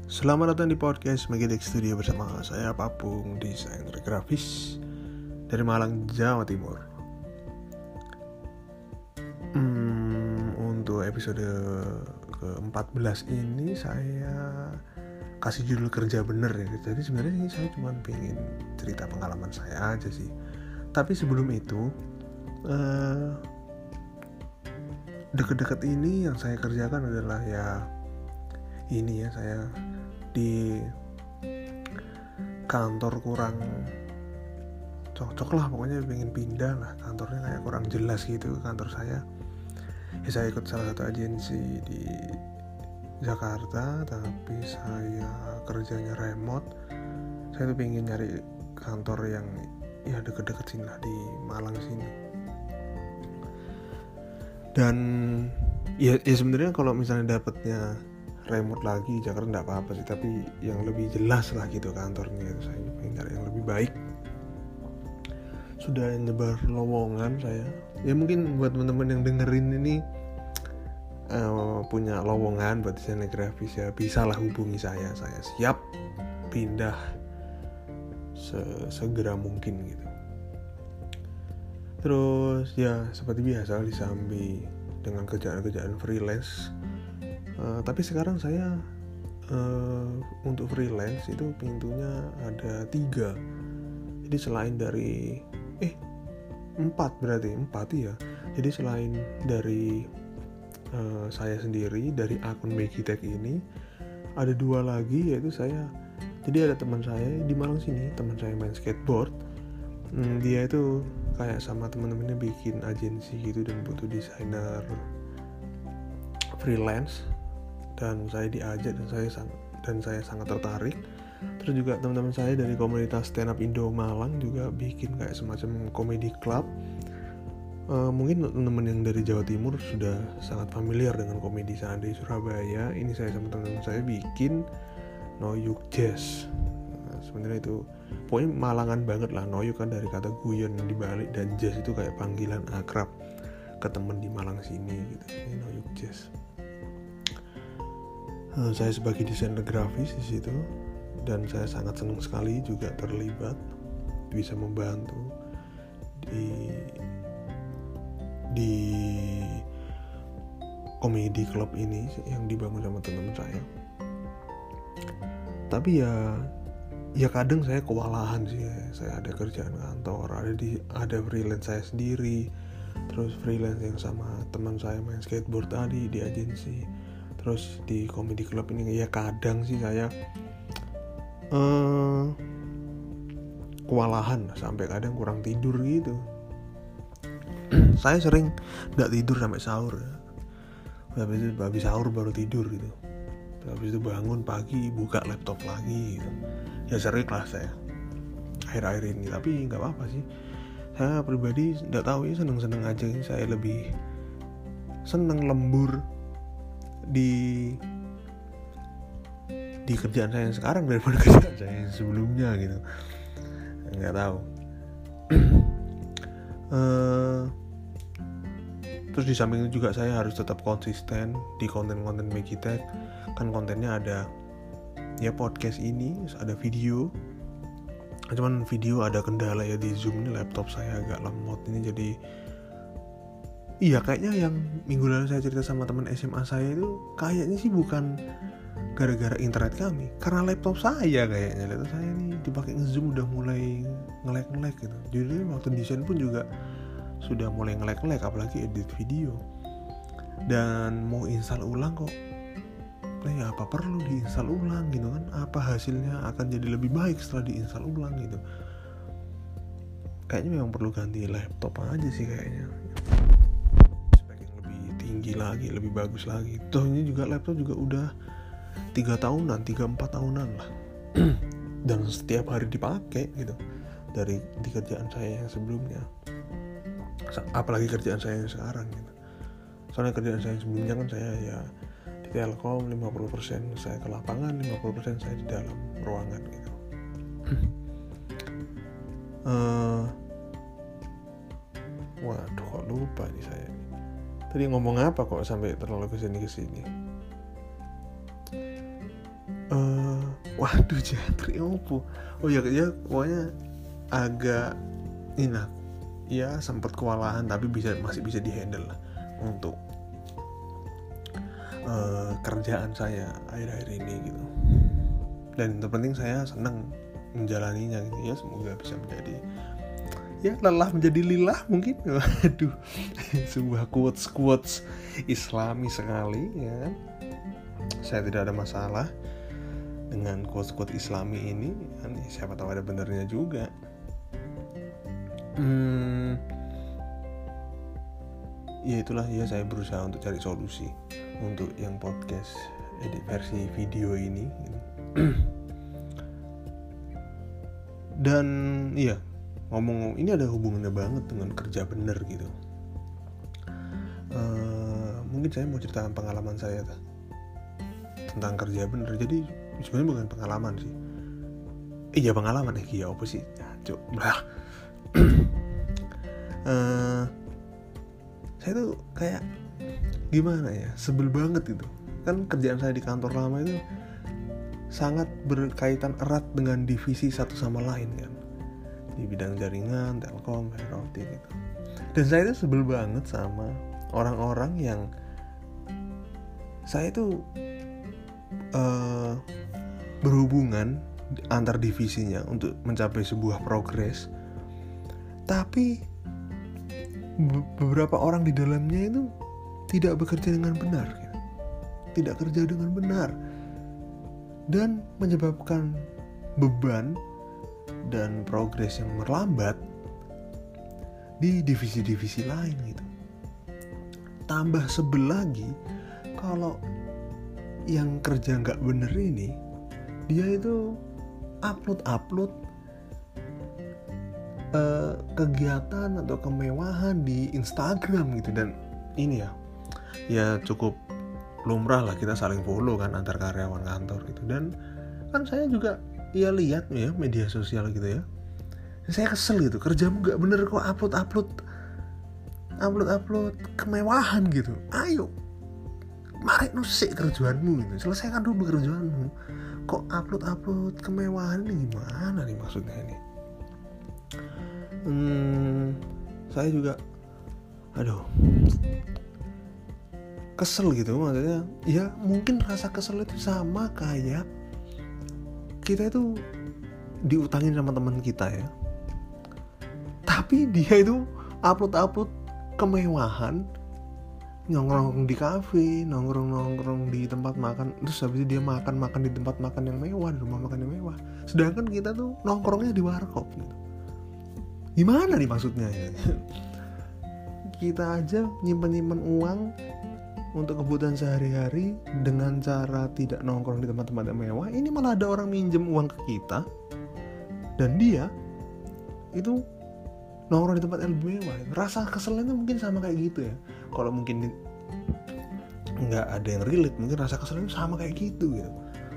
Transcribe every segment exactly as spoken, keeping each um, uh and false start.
Selamat datang di podcast Magitek Studio bersama saya Papung, desainer grafis dari Malang, Jawa Timur. Hmm, untuk episode keempat belas ini saya kasih judul kerja bener ya. Jadi sebenarnya ini saya cuma pengen cerita pengalaman saya aja sih. Tapi sebelum itu, uh, deket-deket ini yang saya kerjakan adalah ya ini ya saya di kantor kurang cocok lah, pokoknya pengen pindah lah, kantornya kayak kurang jelas gitu kantor saya. Ya saya ikut salah satu agensi di Jakarta, tapi saya kerjanya remote. Saya tuh pengen nyari kantor yang ya deket-deket sini lah, di Malang sini. Dan ya, ya sebenarnya kalau misalnya dapetnya remote lagi Jakarta nggak apa-apa sih, tapi yang lebih jelas lah gitu kantornya itu. Saya pengen cari yang lebih baik. Sudah nyebar lowongan saya. Ya mungkin buat teman-teman yang dengerin ini uh, punya lowongan buat desainer grafis, ya bisa lah hubungi saya. Saya siap pindah segera mungkin gitu. Terus ya seperti biasa disambi dengan kerjaan-kerjaan freelance. Uh, tapi sekarang saya uh, untuk freelance itu pintunya ada tiga. Jadi selain dari eh empat berarti empat ya. Jadi selain dari uh, saya sendiri dari akun Magitek ini, ada dua lagi, yaitu saya. Jadi ada teman saya di Malang sini, teman saya main skateboard. Hmm, dia itu kayak sama teman-temannya bikin agensi gitu dan butuh desainer freelance. Dan saya diajak dan saya dan saya sangat tertarik. Terus juga teman-teman saya dari komunitas Stand Up Indo Malang juga bikin kayak semacam comedy club. Uh, mungkin teman-teman yang dari Jawa Timur sudah sangat familiar dengan komedi sana di Surabaya. Ini saya sama teman-teman saya bikin Noyuk Jazz. Nah, sebenarnya itu pokoknya Malangan banget lah. Noyuk kan dari kata guyon yang dibalik, dan jazz itu kayak panggilan akrab ke teman di Malang sini gitu. Ini Noyuk Jazz. Uh, saya sebagai desainer grafis di situ, dan saya sangat senang sekali juga terlibat, bisa membantu di di comedy club ini yang dibangun sama teman-teman saya. Tapi ya ya kadang saya kewalahan sih ya. Saya ada kerjaan kantor, ada di ada freelance saya sendiri, terus freelance yang sama teman saya main skateboard tadi di agensi. Terus di comedy club ini ya kadang sih saya uh, kewalahan sampai kadang kurang tidur gitu. Saya sering nggak tidur sampai sahur. Habis itu habis sahur baru tidur gitu. Habis itu bangun pagi buka laptop lagi gitu. Ya sering lah saya akhir-akhir ini, tapi nggak apa-apa sih. Saya pribadi nggak tahu ya, seneng-seneng aja. Saya lebih seneng lembur di di kerjaan saya yang sekarang daripada kerjaan saya yang sebelumnya gitu. Nggak tahu. uh, terus di samping itu juga saya harus tetap konsisten di konten-konten Magitek. Kan kontennya ada ya podcast ini, ada video. Cuman video ada kendala ya di Zoom, ini laptop saya agak lemot ini, jadi iya kayaknya yang minggu lalu saya cerita sama teman S M A saya itu kayaknya sih bukan gara-gara internet kami, karena laptop saya kayaknya. Laptop saya ini dipakai nge-zoom udah mulai nge-lag-nge-lag gitu. Jadi waktu desain pun juga sudah mulai nge-lag-nge-lag, apalagi edit video. Dan mau install ulang kok, nah ya apa perlu diinstal ulang gitu kan? Apa hasilnya akan jadi lebih baik setelah diinstal ulang gitu? Kayaknya memang perlu ganti laptop aja sih kayaknya. Tinggi lagi, lebih bagus lagi. Toh ini juga laptop juga udah tiga tahunan, tiga empat tahunan lah. Dan setiap hari dipakai gitu. Dari di kerjaan saya yang sebelumnya. Apalagi kerjaan saya yang sekarang gitu. Soalnya kerjaan saya yang sebelumnya kan saya ya di Telkom, lima puluh persen saya ke lapangan, lima puluh persen saya di dalam ruangan gitu. uh, Waduh kok lupa nih saya. Tadi ngomong apa kok sampai terlalu kesini kesini? uh, waduh jantri opo. Oh ya ya pokoknya agak ini lah. Ya sempat kewalahan tapi bisa masih bisa dihandle lah untuk uh, kerjaan saya akhir-akhir ini gitu. Dan terpenting saya senang menjalaninya gitu ya, semoga bisa menjadi ya lelah menjadi lillah mungkin. Waduh, sebuah quotes quotes Islami sekali ya kan. Saya tidak ada masalah dengan quotes quotes Islami ini kan, siapa tahu ada benernya juga. Hmm, ya itulah ya, saya berusaha untuk cari solusi untuk yang podcast edit versi video ini gitu. Dan iya, ngomong ini ada hubungannya banget dengan kerja bener gitu. Uh, mungkin saya mau ceritakan pengalaman saya tuh, tentang kerja bener. Jadi sebenarnya bukan pengalaman sih. Iya eh, pengalaman ya, iya apa sih? Cuk, bah. uh, saya tuh kayak gimana ya, sebel banget gitu. Kan kerjaan saya di kantor lama itu sangat berkaitan erat dengan divisi satu sama lain kan, di bidang jaringan, telkom, fiber optik gitu. Dan saya itu sebel banget sama orang-orang yang saya itu uh, berhubungan antar divisinya untuk mencapai sebuah progres, tapi beberapa orang di dalamnya itu tidak bekerja dengan benar gitu. Tidak kerja dengan benar dan menyebabkan beban dan progres yang melambat di divisi-divisi lain gitu. Tambah sebel lagi kalau yang kerja nggak bener ini, dia itu upload-upload uh, kegiatan atau kemewahan di Instagram gitu. Dan ini ya, ya cukup lumrah lah kita saling follow kan antar karyawan kantor gitu. Dan kan saya juga ya lihat ya media sosial gitu ya, saya kesel gitu, kerjamu nggak bener kok upload-upload upload-upload kemewahan gitu. Ayo mari nusik kerjaanmu gitu, selesaikan dulu pekerjaanmu. Kok upload-upload kemewahan ini gimana nih maksudnya ini? Hmm, saya juga aduh kesel gitu, maksudnya ya mungkin rasa kesel itu sama kayak kita itu diutangin sama teman kita ya, tapi dia itu upload-upload kemewahan, nongkrong di kafe, nongkrong-nongkrong di tempat makan, terus habis itu dia makan-makan di tempat makan yang mewah, di rumah makan yang mewah, sedangkan kita tuh nongkrongnya di warkop gitu. Gimana nih maksudnya ya? Kita aja nyimpen-nyimpen uang untuk kebutuhan sehari-hari dengan cara tidak nongkrong di tempat-tempat yang mewah. Ini malah ada orang minjem uang ke kita dan dia itu nongkrong di tempat yang lebih mewah. Rasa keselnya mungkin sama kayak gitu ya. Kalau mungkin nggak ada yang relate, mungkin rasa keselnya sama kayak gitu gitu.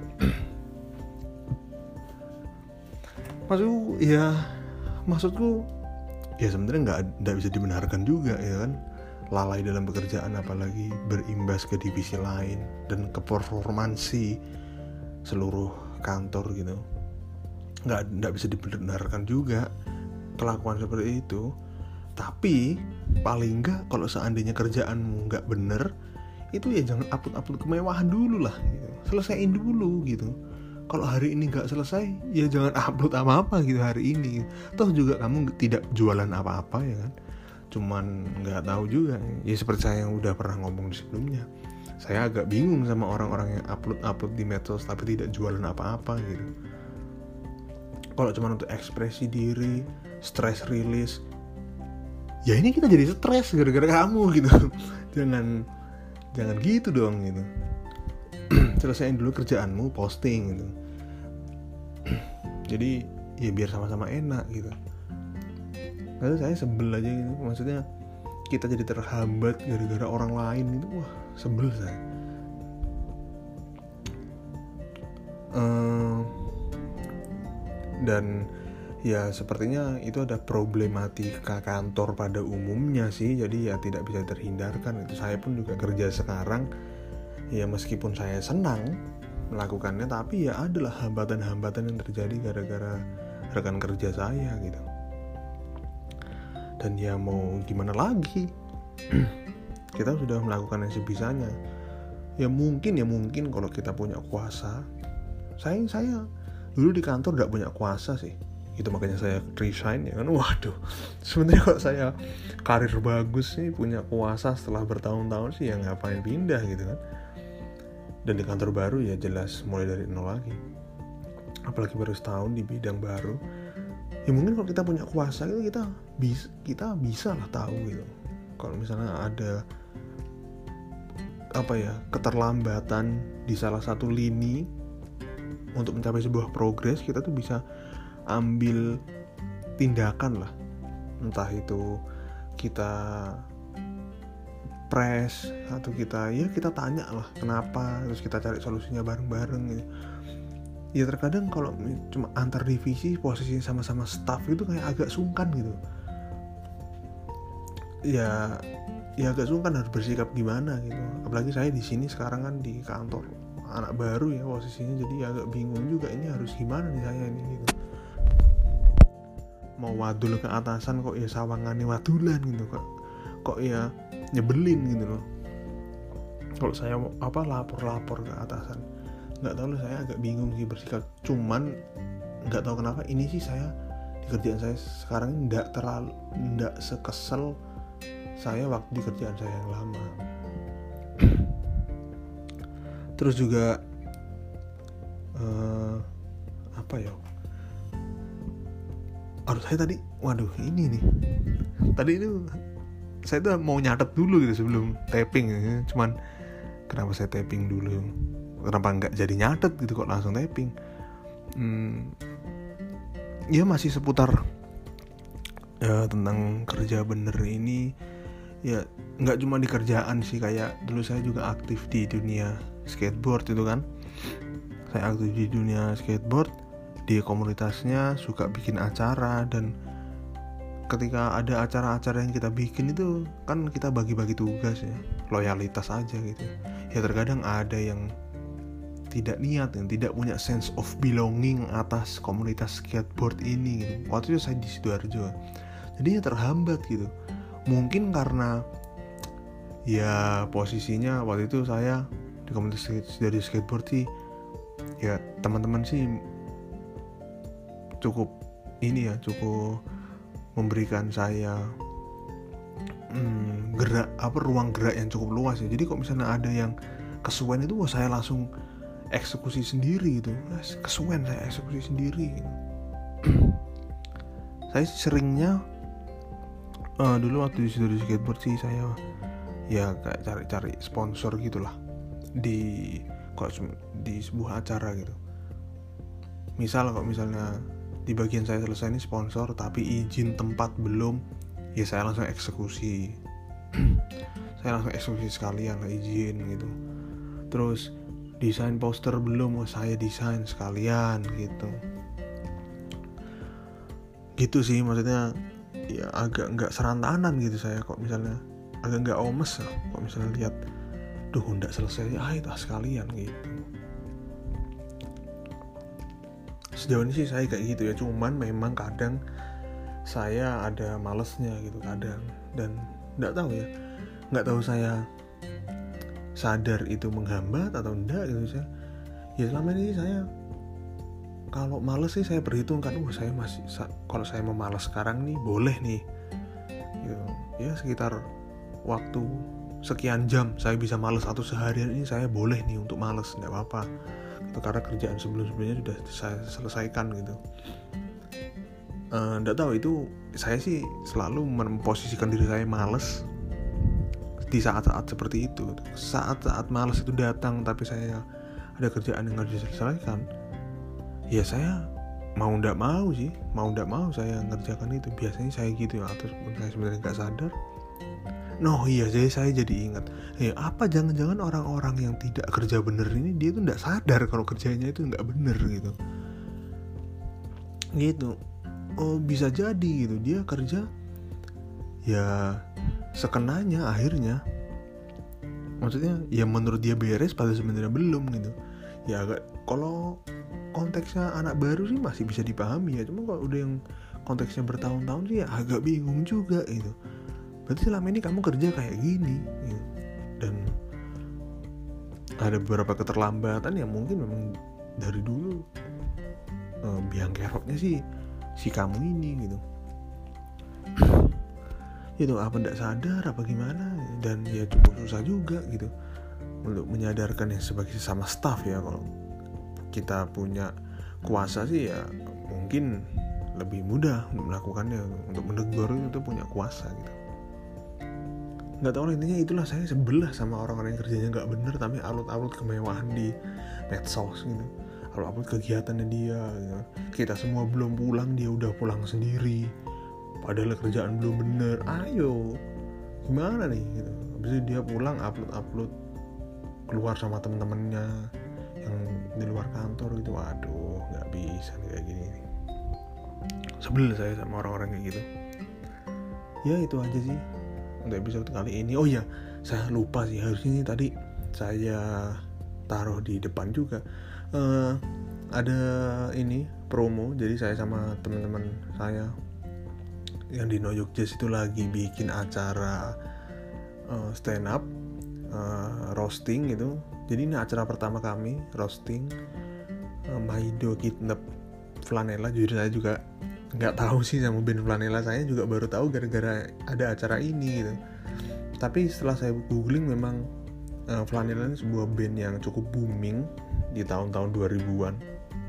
Maksudku ya, maksudku ya sebenarnya nggak nggak bisa dibenarkan juga ya kan. Lalai dalam pekerjaan apalagi berimbas ke divisi lain dan ke performansi seluruh kantor gitu. Nggak nggak bisa dibenarkan juga kelakuan seperti itu. Tapi paling nggak kalau seandainya kerjaanmu nggak bener, itu ya jangan upload-upload kemewahan dulu lah gitu. Selesaiin dulu gitu. Kalau hari ini nggak selesai, ya jangan upload apa-apa gitu hari ini. Toh juga kamu tidak jualan apa-apa ya kan. Cuman nggak tahu juga ya, seperti saya yang udah pernah ngomong sebelumnya, saya agak bingung sama orang-orang yang upload-upload di medsos tapi tidak jualan apa-apa gitu. Kalau cuma untuk ekspresi diri, stress release, ya ini kita jadi stres gara-gara kamu gitu. jangan jangan gitu dong gitu. Selesaiin dulu kerjaanmu, posting gitu. Jadi ya biar sama-sama enak gitu. Lalu saya sebel aja gitu, maksudnya kita jadi terhambat gara-gara orang lain gitu, wah sebel saya. Uh, dan ya sepertinya itu ada problematika kantor pada umumnya sih, jadi ya tidak bisa terhindarkan. Itu saya pun juga kerja sekarang, ya meskipun saya senang melakukannya, tapi ya adalah hambatan-hambatan yang terjadi gara-gara rekan kerja saya gitu. Dan ya mau gimana lagi, kita sudah melakukan yang sebisanya. Ya mungkin ya mungkin kalau kita punya kuasa, saya saya dulu di kantor tidak punya kuasa sih, itu makanya saya resign ya kan. Waduh, sebenarnya kalau saya karir bagus sih, punya kuasa setelah bertahun-tahun sih, ya ngapain pindah gitu kan. Dan di kantor baru ya jelas mulai dari nol lagi, apalagi baru setahun di bidang baru. Ya mungkin kalau kita punya kuasa itu kita bisa kita bisa lah tahu gitu. Kalau misalnya ada apa ya keterlambatan di salah satu lini untuk mencapai sebuah progres, kita tuh bisa ambil tindakan lah. Entah itu kita press atau kita ya kita tanya lah kenapa, terus kita cari solusinya bareng-bareng gitu. Ya terkadang kalau cuma antar divisi posisinya sama-sama staff itu kayak agak sungkan gitu. Ya ya agak sungkan harus bersikap gimana gitu. Apalagi saya di sini sekarang kan di kantor anak baru ya posisinya, jadi agak bingung juga ini harus gimana nih saya ini gitu. Mau wadul ke atasan kok ya sawangane wadulan gitu, kok kok ya nyebelin gitu loh. Kalau saya apa lapor-lapor ke atasan, nggak tahu loh, saya agak bingung sih bersikap. Cuman nggak tahu kenapa ini sih saya di kerjaan saya sekarang ini nggak terlalu nggak sekesel saya waktu di kerjaan saya yang lama. Terus juga uh, apa ya? Harus saya tadi, waduh ini nih. Tadi itu saya tuh mau nyatet dulu gitu sebelum tapping, cuman kenapa saya tapping dulu? Kenapa nggak jadi nyatet gitu kok langsung tapping? Hmm, ya masih seputar ya tentang kerja bener ini. Ya nggak cuma di kerjaan sih, kayak dulu saya juga aktif di dunia skateboard itu kan. Saya aktif di dunia skateboard, di komunitasnya suka bikin acara, dan ketika ada acara-acara yang kita bikin itu kan kita bagi-bagi tugas ya, loyalitas aja gitu. Ya terkadang ada yang tidak niat, yang tidak punya sense of belonging atas komunitas skateboard ini gitu. Waktu itu saya di Sidoarjo, jadi ya terhambat gitu. Mungkin karena ya posisinya waktu itu saya di komunitas dari skateboard sih, ya teman-teman sih cukup ini ya, cukup memberikan saya hmm, gerak apa ruang gerak yang cukup luas ya. Jadi kalau misalnya ada yang kesuwen itu, wah saya langsung eksekusi sendiri gitu. Kesuwen saya eksekusi sendiri gitu. Saya seringnya uh, dulu waktu di Sidoarjo skateboard sih saya ya kayak cari-cari sponsor gitulah di kalau di sebuah acara gitu. Misal kalau misalnya di bagian saya selesai ini sponsor tapi izin tempat belum, ya saya langsung eksekusi. Saya langsung eksekusi sekalian lah, izin gitu. Terus desain poster belum, oh saya desain sekalian gitu. Gitu sih maksudnya, ya agak nggak serantanan gitu saya kok misalnya, agak nggak omes lah kok misalnya lihat duh nggak selesai, ah itu sekalian gitu. Sejauh ini sih saya kayak gitu ya, cuman memang kadang saya ada malesnya gitu kadang, dan nggak tahu ya, nggak tahu saya sadar itu menghambat atau enggak gitu. Saya ya selama ini saya kalau males sih saya perhitungkan, oh saya masih kalau saya mau malas sekarang nih boleh nih gitu. Ya sekitar waktu sekian jam saya bisa malas, atau seharian ini saya boleh nih untuk malas, nggak apa-apa gitu, karena kerjaan sebelum-sebelumnya sudah saya selesaikan gitu. Uh, nggak tahu itu, saya sih selalu memposisikan diri saya malas di saat-saat seperti itu. Saat-saat malas itu datang tapi saya ada kerjaan yang harus diselesaikan, ya saya mau nggak mau sih, mau nggak mau saya ngerjakan itu. Biasanya saya gitu ya, atau saya sebenarnya nggak sadar. No iya, jadi saya jadi ingat, ya apa jangan-jangan orang-orang yang tidak kerja bener ini dia tuh nggak sadar kalau kerjanya itu nggak bener gitu. Gitu. Oh bisa jadi gitu, dia kerja ya sekenanya akhirnya. Maksudnya ya menurut dia beres padahal sebenarnya belum gitu. ya agak, kalau konteksnya anak baru sih masih bisa dipahami ya, cuma kalau udah yang konteksnya bertahun-tahun sih ya agak bingung juga gitu. Berarti selama ini kamu kerja kayak gini gitu. Dan ada beberapa keterlambatan yang mungkin memang dari dulu eh, biang keroknya sih si kamu ini gitu. Itu apa ndak sadar apa gimana, dan ya cukup susah juga gitu untuk menyadarkan yang sebagai sesama staff ya. Kalau kita punya kuasa sih ya mungkin lebih mudah untuk melakukannya, untuk menegur itu punya kuasa gitu. Nggak tahu, intinya itulah, saya sebelah sama orang-orang yang kerjanya nggak bener tapi upload-upload kemewahan di medsos gitu, upload-upload kegiatannya dia gitu. Kita semua belum pulang, dia udah pulang sendiri, padahal kerjaan belum bener. Ayo, gimana nih gitu. Habis itu dia pulang upload-upload keluar sama teman-temannya yang di luar kantor gitu. Waduh, nggak bisa nih kayak gini nih. Sebel saya sama orang-orang kayak gitu. Ya itu aja sih untuk episode kali ini. Oh ya, saya lupa sih, harusnya ini tadi saya taruh di depan juga. Uh, ada ini promo, jadi saya sama teman-teman saya yang di Noyok Jazz itu lagi bikin acara uh, stand up, uh, roasting gitu. Jadi ini acara pertama kami, roasting uh, Maido Kidnap Flanela. Jujur saya juga nggak tahu sih sama band Flanela, saya juga baru tahu gara-gara ada acara ini gitu. Tapi setelah saya googling, memang uh, Flanela ini sebuah band yang cukup booming di tahun-tahun dua ribuan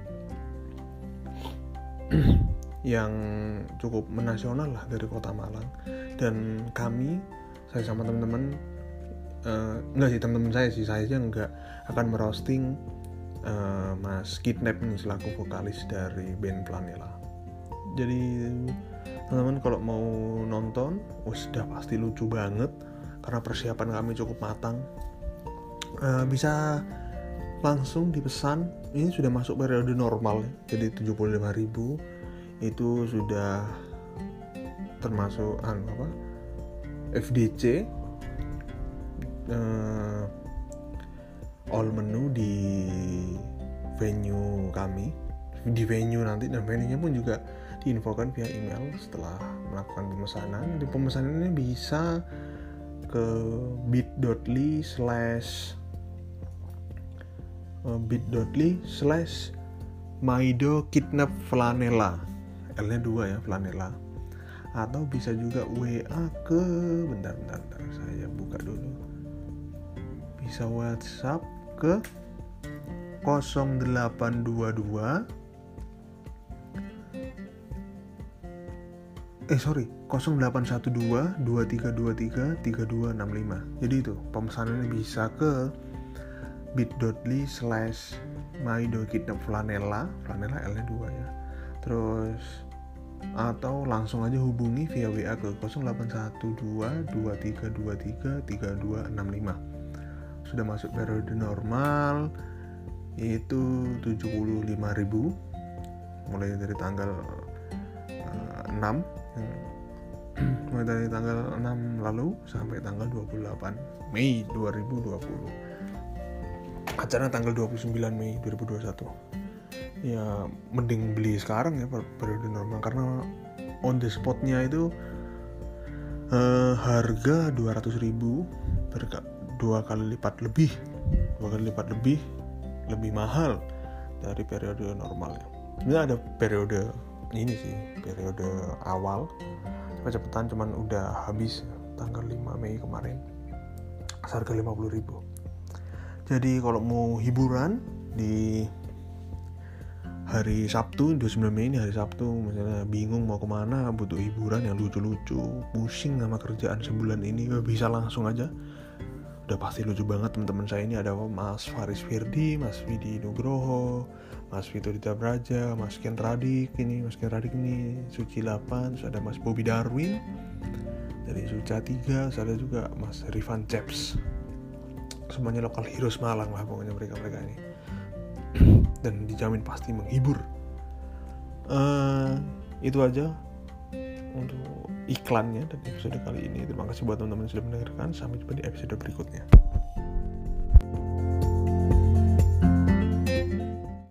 yang cukup menasional lah dari kota Malang. Dan kami, saya sama teman-teman, uh, enggak sih teman-teman saya sih, saya aja enggak akan merosting uh, Mas Kidnap ini selaku vokalis dari band Flanela. Jadi teman-teman kalau mau nonton, oh sudah pasti lucu banget karena persiapan kami cukup matang. Uh, bisa langsung dipesan, ini sudah masuk periode normal ya, jadi tujuh puluh lima ribu itu sudah termasuk anu apa F D C, uh, all menu di venue kami, di venue nanti, dan venue-nya pun juga diinfokan via email setelah melakukan pemesanan. Di pemesanannya bisa ke bit.ly slash bit.ly slash Maido Kidnap Flanela, L-nya dua ya, Flanela. Atau bisa juga W A ke, bentar, bentar, bentar, saya buka dulu. Bisa WhatsApp ke nol delapan dua dua Eh sorry, nol delapan satu dua dua tiga dua tiga tiga dua enam lima. Jadi itu pemesanannya bisa ke bit.ly slash Maido Kidnap Flanela, Flanela L-nya dua ya. Terus atau langsung aja hubungi via W A ke nol delapan satu dua dua tiga dua tiga tiga dua enam lima. Sudah masuk periode normal itu tujuh puluh lima ribu mulai dari tanggal uh, enam mulai dari tanggal enam lalu sampai tanggal dua puluh delapan Mei dua ribu dua puluh. Acara tanggal dua puluh sembilan Mei dua ribu dua puluh satu. Ya mending beli sekarang ya periode normal, karena on the spotnya itu uh, harga dua ratus ribu, berka, dua kali lipat lebih dua kali lipat lebih lebih mahal dari periode normalnya. Sebenarnya ada periode ini sih, periode awal cepetan, cuman udah habis tanggal lima Mei kemarin, harga lima puluh ribu. Jadi kalau mau hiburan di hari Sabtu dua puluh sembilan Mei ini, hari Sabtu, misalnya bingung mau kemana, butuh hiburan yang lucu-lucu, pusing sama kerjaan sebulan ini, bisa langsung aja. Udah pasti lucu banget teman-teman saya ini. Ada Mas Faris Firdi, Mas Widi Nugroho, Mas Vito Dita Braja, Mas Ken Radik ini, Mas Ken Radik ini Suci delapan, terus ada Mas Bobby Darwin dari Suca tiga, terus ada juga Mas Rifan Ceps. Semuanya lokal heroes Malang lah pokoknya mereka-mereka ini. Dan dijamin pasti menghibur. Uh, itu aja untuk iklannya dan episode kali ini. Terima kasih buat teman-teman yang sudah mendengarkan. Sampai jumpa di episode berikutnya.